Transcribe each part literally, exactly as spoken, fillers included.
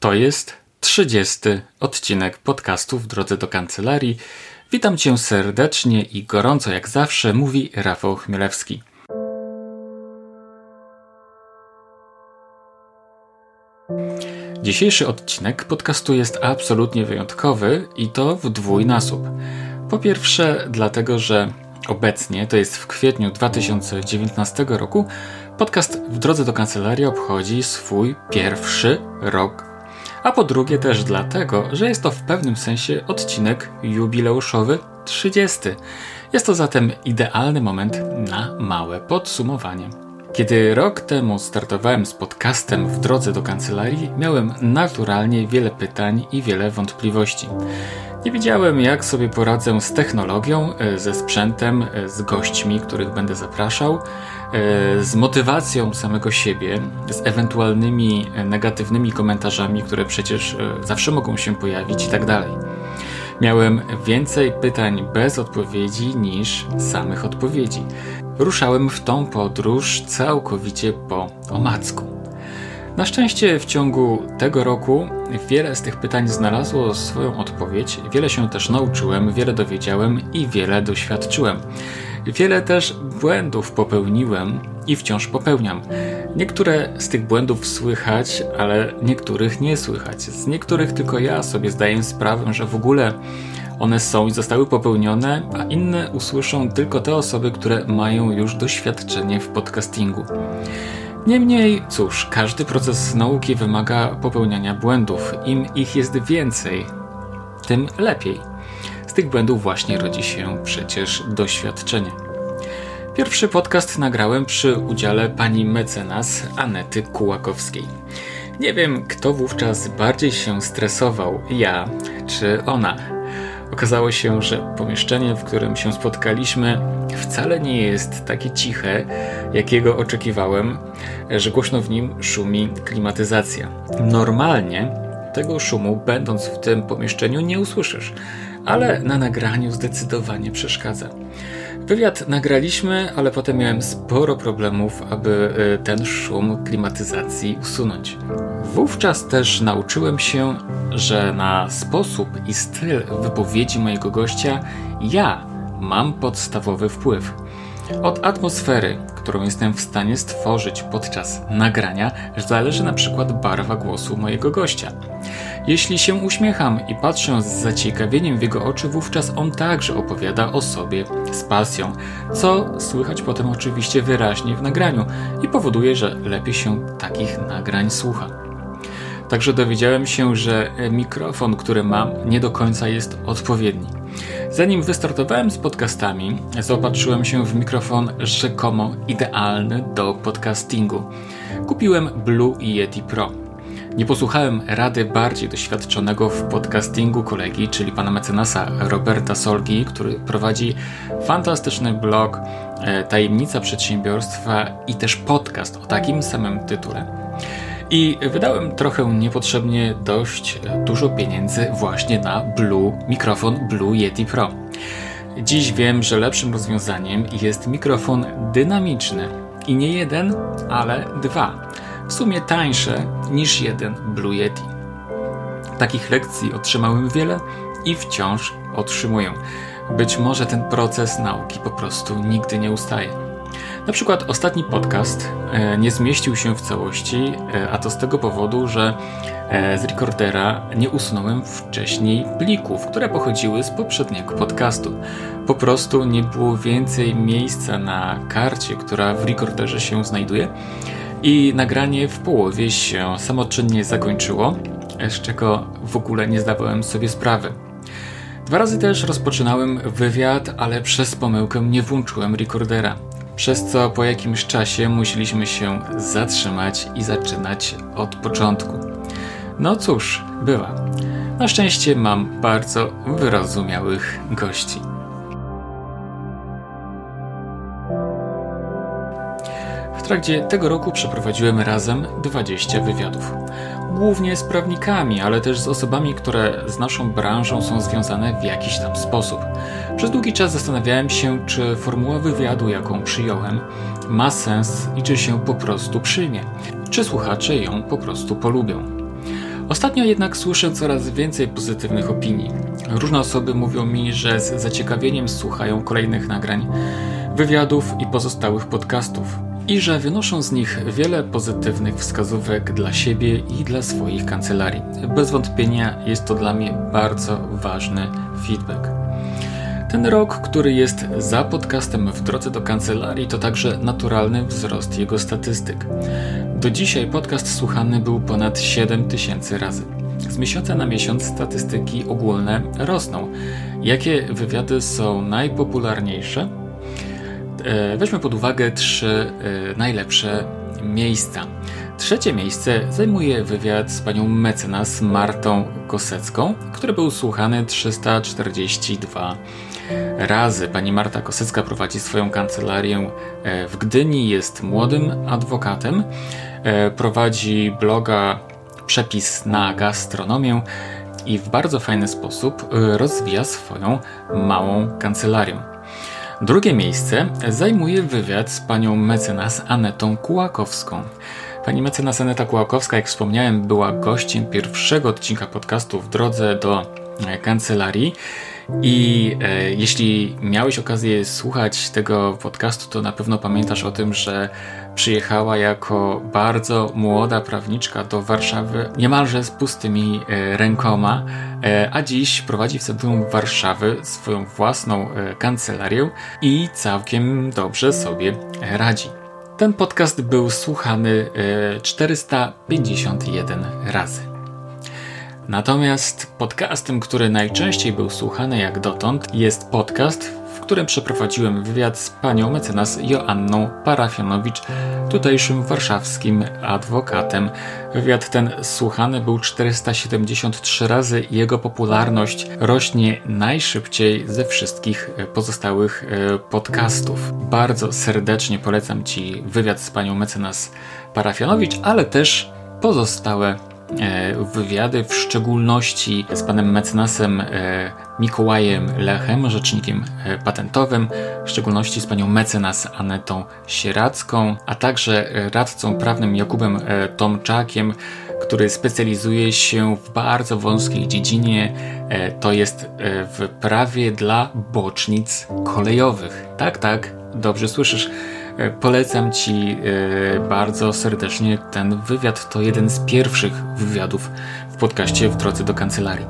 To jest trzydziesty odcinek podcastu W drodze do kancelarii. Witam Cię serdecznie i gorąco jak zawsze mówi Rafał Chmielewski. Dzisiejszy odcinek podcastu jest absolutnie wyjątkowy i to w dwójnasób. Po pierwsze dlatego, że obecnie, to jest w kwietniu dwa tysiące dziewiętnastego roku, podcast W drodze do kancelarii obchodzi swój pierwszy rok. A po drugie też dlatego, że jest to w pewnym sensie odcinek jubileuszowy trzydziesty. Jest to zatem idealny moment na małe podsumowanie. Kiedy rok temu startowałem z podcastem W drodze do kancelarii, miałem naturalnie wiele pytań i wiele wątpliwości. Nie wiedziałem, jak sobie poradzę z technologią, ze sprzętem, z gośćmi, których będę zapraszał, z motywacją samego siebie, z ewentualnymi negatywnymi komentarzami, które przecież zawsze mogą się pojawić i tak dalej. Miałem więcej pytań bez odpowiedzi niż samych odpowiedzi. Ruszałem w tą podróż całkowicie po omacku. Na szczęście w ciągu tego roku wiele z tych pytań znalazło swoją odpowiedź, wiele się też nauczyłem, wiele dowiedziałem i wiele doświadczyłem. Wiele też błędów popełniłem i wciąż popełniam. Niektóre z tych błędów słychać, ale niektórych nie słychać. Z niektórych tylko ja sobie zdaję sprawę, że w ogóle one są i zostały popełnione, a inne usłyszą tylko te osoby, które mają już doświadczenie w podcastingu. Niemniej, cóż, każdy proces nauki wymaga popełniania błędów. Im ich jest więcej, tym lepiej. Z tych błędów właśnie rodzi się przecież doświadczenie. Pierwszy podcast nagrałem przy udziale pani mecenas Anety Kułakowskiej. Nie wiem, kto wówczas bardziej się stresował, ja czy ona. Okazało się, że pomieszczenie, w którym się spotkaliśmy, wcale nie jest takie ciche, jakiego oczekiwałem, że głośno w nim szumi klimatyzacja. Normalnie tego szumu, będąc w tym pomieszczeniu, nie usłyszysz, ale na nagraniu zdecydowanie przeszkadza. Wywiad nagraliśmy, ale potem miałem sporo problemów, aby ten szum klimatyzacji usunąć. Wówczas też nauczyłem się, że na sposób i styl wypowiedzi mojego gościa ja mam podstawowy wpływ. Od atmosfery, którą jestem w stanie stworzyć podczas nagrania, zależy na przykład barwa głosu mojego gościa. Jeśli się uśmiecham i patrzę z zaciekawieniem w jego oczy, wówczas on także opowiada o sobie z pasją, co słychać potem oczywiście wyraźnie w nagraniu i powoduje, że lepiej się takich nagrań słucha. Także dowiedziałem się, że mikrofon, który mam, nie do końca jest odpowiedni. Zanim wystartowałem z podcastami, zaopatrzyłem się w mikrofon rzekomo idealny do podcastingu. Kupiłem Blue Yeti Pro. Nie posłuchałem rady bardziej doświadczonego w podcastingu kolegi, czyli pana mecenasa Roberta Solgi, który prowadzi fantastyczny blog Tajemnica Przedsiębiorstwa i też podcast o takim samym tytule. I wydałem trochę niepotrzebnie dość dużo pieniędzy właśnie na Blue, mikrofon Blue Yeti Pro. Dziś wiem, że lepszym rozwiązaniem jest mikrofon dynamiczny. I nie jeden, ale dwa. W sumie tańsze niż jeden Blue Yeti. Takich lekcji otrzymałem wiele i wciąż otrzymuję. Być może ten proces nauki po prostu nigdy nie ustaje. Na przykład ostatni podcast e, nie zmieścił się w całości, e, a to z tego powodu, że e, z recordera nie usunąłem wcześniej plików, które pochodziły z poprzedniego podcastu. Po prostu nie było więcej miejsca na karcie, która w recorderze się znajduje i nagranie w połowie się samoczynnie zakończyło, z czego w ogóle nie zdawałem sobie sprawy. Dwa razy też rozpoczynałem wywiad, ale przez pomyłkę nie włączyłem recordera. Przez co po jakimś czasie musieliśmy się zatrzymać i zaczynać od początku. No cóż, bywa. Na szczęście mam bardzo wyrozumiałych gości. W trakcie tego roku przeprowadziłem razem dwadzieścia wywiadów. Głównie z prawnikami, ale też z osobami, które z naszą branżą są związane w jakiś tam sposób. Przez długi czas zastanawiałem się, czy formuła wywiadu, jaką przyjąłem, ma sens i czy się po prostu przyjmie, czy słuchacze ją po prostu polubią. Ostatnio jednak słyszę coraz więcej pozytywnych opinii. Różne osoby mówią mi, że z zaciekawieniem słuchają kolejnych nagrań, wywiadów i pozostałych podcastów i że wynoszą z nich wiele pozytywnych wskazówek dla siebie i dla swoich kancelarii. Bez wątpienia jest to dla mnie bardzo ważny feedback. Ten rok, który jest za podcastem w drodze do kancelarii, to także naturalny wzrost jego statystyk. Do dzisiaj podcast słuchany był ponad siedem tysięcy razy. Z miesiąca na miesiąc statystyki ogólne rosną. Jakie wywiady są najpopularniejsze? Weźmy pod uwagę trzy najlepsze miejsca. Trzecie miejsce zajmuje wywiad z panią mecenas Martą Kosecką, który był słuchany trzysta czterdzieści dwa razy. Pani Marta Kosecka prowadzi swoją kancelarię w Gdyni, jest młodym adwokatem, prowadzi bloga Przepis na gastronomię i w bardzo fajny sposób rozwija swoją małą kancelarię. Drugie miejsce zajmuje wywiad z panią mecenas Anetą Kułakowską. Pani mecenas Aneta Kułakowska, jak wspomniałem, była gościem pierwszego odcinka podcastu w drodze do kancelarii i e, jeśli miałeś okazję słuchać tego podcastu, to na pewno pamiętasz o tym, że przyjechała jako bardzo młoda prawniczka do Warszawy niemalże z pustymi e, rękoma, e, a dziś prowadzi w centrum Warszawy swoją własną e, kancelarię i całkiem dobrze sobie radzi. Ten podcast był słuchany e, czterysta pięćdziesiąt jeden razy. Natomiast podcastem, który najczęściej był słuchany jak dotąd, jest podcast, w którym przeprowadziłem wywiad z panią mecenas Joanną Parafianowicz, tutejszym warszawskim adwokatem. Wywiad ten słuchany był czterysta siedemdziesiąt trzy razy i jego popularność rośnie najszybciej ze wszystkich pozostałych podcastów. Bardzo serdecznie polecam Ci wywiad z panią mecenas Parafianowicz, ale też pozostałe wywiady, w szczególności z panem mecenasem Mikołajem Lechem, rzecznikiem patentowym, w szczególności z panią mecenas Anetą Sieradzką, a także radcą prawnym Jakubem Tomczakiem, który specjalizuje się w bardzo wąskiej dziedzinie, to jest w prawie dla bocznic kolejowych. Tak, tak, dobrze słyszysz. Polecam Ci bardzo serdecznie ten wywiad. To jeden z pierwszych wywiadów w podcaście w drodze do kancelarii.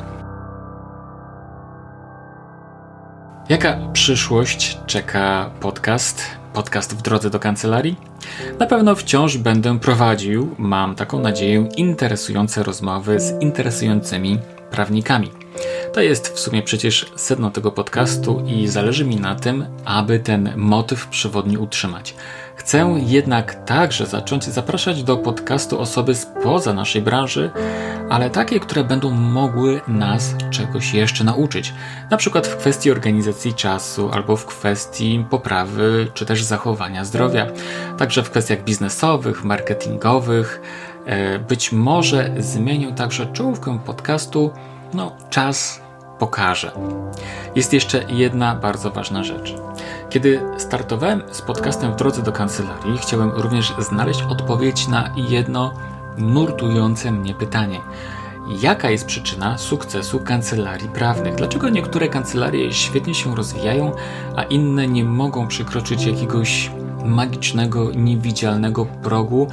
Jaka przyszłość czeka podcast? Podcast w drodze do kancelarii? Na pewno wciąż będę prowadził, mam taką nadzieję, interesujące rozmowy z interesującymi prawnikami. To jest w sumie przecież sedno tego podcastu i zależy mi na tym, aby ten motyw przewodni utrzymać. Chcę jednak także zacząć zapraszać do podcastu osoby spoza naszej branży, ale takie, które będą mogły nas czegoś jeszcze nauczyć. Na przykład w kwestii organizacji czasu albo w kwestii poprawy czy też zachowania zdrowia. Także w kwestiach biznesowych, marketingowych. Być może zmienię także czołówkę podcastu. No, czas pokaże. Jest jeszcze jedna bardzo ważna rzecz. Kiedy startowałem z podcastem w drodze do kancelarii, chciałem również znaleźć odpowiedź na jedno nurtujące mnie pytanie. Jaka jest przyczyna sukcesu kancelarii prawnych? Dlaczego niektóre kancelarie świetnie się rozwijają, a inne nie mogą przekroczyć jakiegoś magicznego, niewidzialnego progu?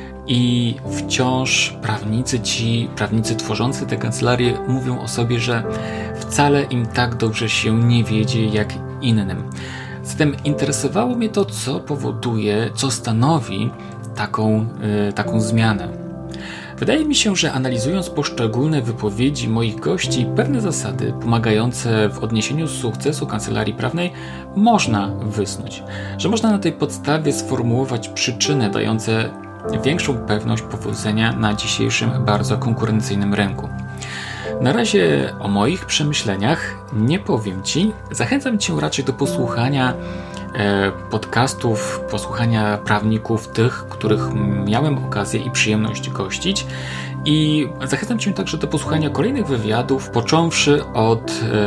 I wciąż prawnicy, ci prawnicy tworzący te kancelarie mówią o sobie, że wcale im tak dobrze się nie wiedzie jak innym. Zatem interesowało mnie to, co powoduje, co stanowi taką, yy, taką zmianę. Wydaje mi się, że analizując poszczególne wypowiedzi moich gości, pewne zasady pomagające w odniesieniu sukcesu kancelarii prawnej można wysnuć. Że można na tej podstawie sformułować przyczyny dające większą pewność powodzenia na dzisiejszym bardzo konkurencyjnym rynku. Na razie o moich przemyśleniach nie powiem Ci. Zachęcam Cię raczej do posłuchania e, podcastów, posłuchania prawników, tych, których miałem okazję i przyjemność gościć. I zachęcam Cię także do posłuchania kolejnych wywiadów, począwszy od e,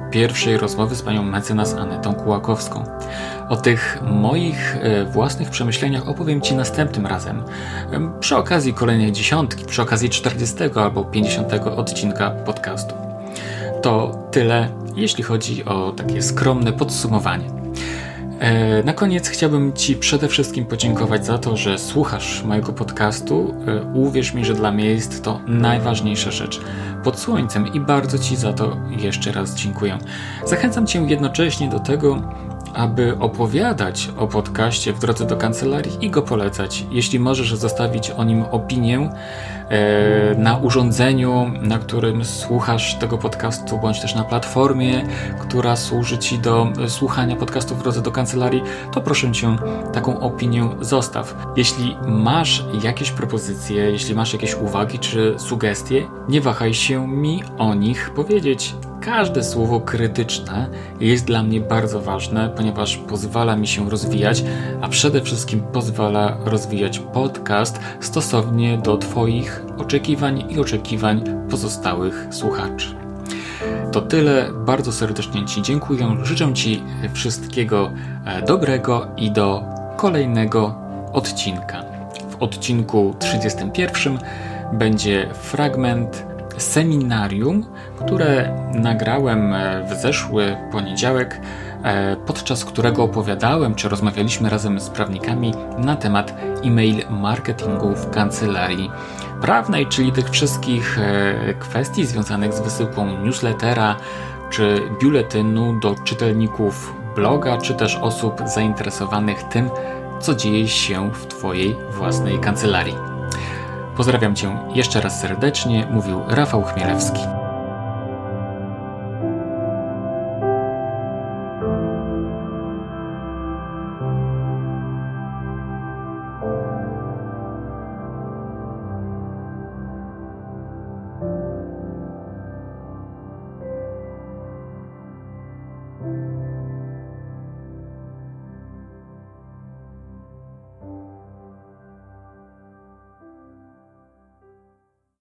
pierwszej rozmowy z panią mecenas Anetą Kułakowską. O tych moich e, własnych przemyśleniach opowiem Ci następnym razem, e, przy okazji kolejnej dziesiątki, przy okazji czterdziestego albo pięćdziesiątego odcinka podcastu. To tyle, jeśli chodzi o takie skromne podsumowanie. E, na koniec chciałbym Ci przede wszystkim podziękować za to, że słuchasz mojego podcastu. E, uwierz mi, że dla mnie jest to najważniejsza rzecz pod słońcem i bardzo Ci za to jeszcze raz dziękuję. Zachęcam Cię jednocześnie do tego, aby opowiadać o podcaście w drodze do kancelarii i go polecać. Jeśli możesz zostawić o nim opinię e, na urządzeniu, na którym słuchasz tego podcastu, bądź też na platformie, która służy Ci do słuchania podcastu w drodze do kancelarii, to proszę Cię, taką opinię zostaw. Jeśli masz jakieś propozycje, jeśli masz jakieś uwagi czy sugestie, nie wahaj się mi o nich powiedzieć. Każde słowo krytyczne jest dla mnie bardzo ważne, ponieważ pozwala mi się rozwijać, a przede wszystkim pozwala rozwijać podcast stosownie do Twoich oczekiwań i oczekiwań pozostałych słuchaczy. To tyle. Bardzo serdecznie Ci dziękuję. Życzę Ci wszystkiego dobrego i do kolejnego odcinka. W odcinku trzydziestym pierwszym będzie fragment seminarium, które nagrałem w zeszły poniedziałek, podczas którego opowiadałem, czy rozmawialiśmy razem z prawnikami na temat e-mail marketingu w kancelarii prawnej, czyli tych wszystkich kwestii związanych z wysyłką newslettera, czy biuletynu do czytelników bloga, czy też osób zainteresowanych tym, co dzieje się w Twojej własnej kancelarii. Pozdrawiam Cię jeszcze raz serdecznie, mówił Rafał Chmielewski.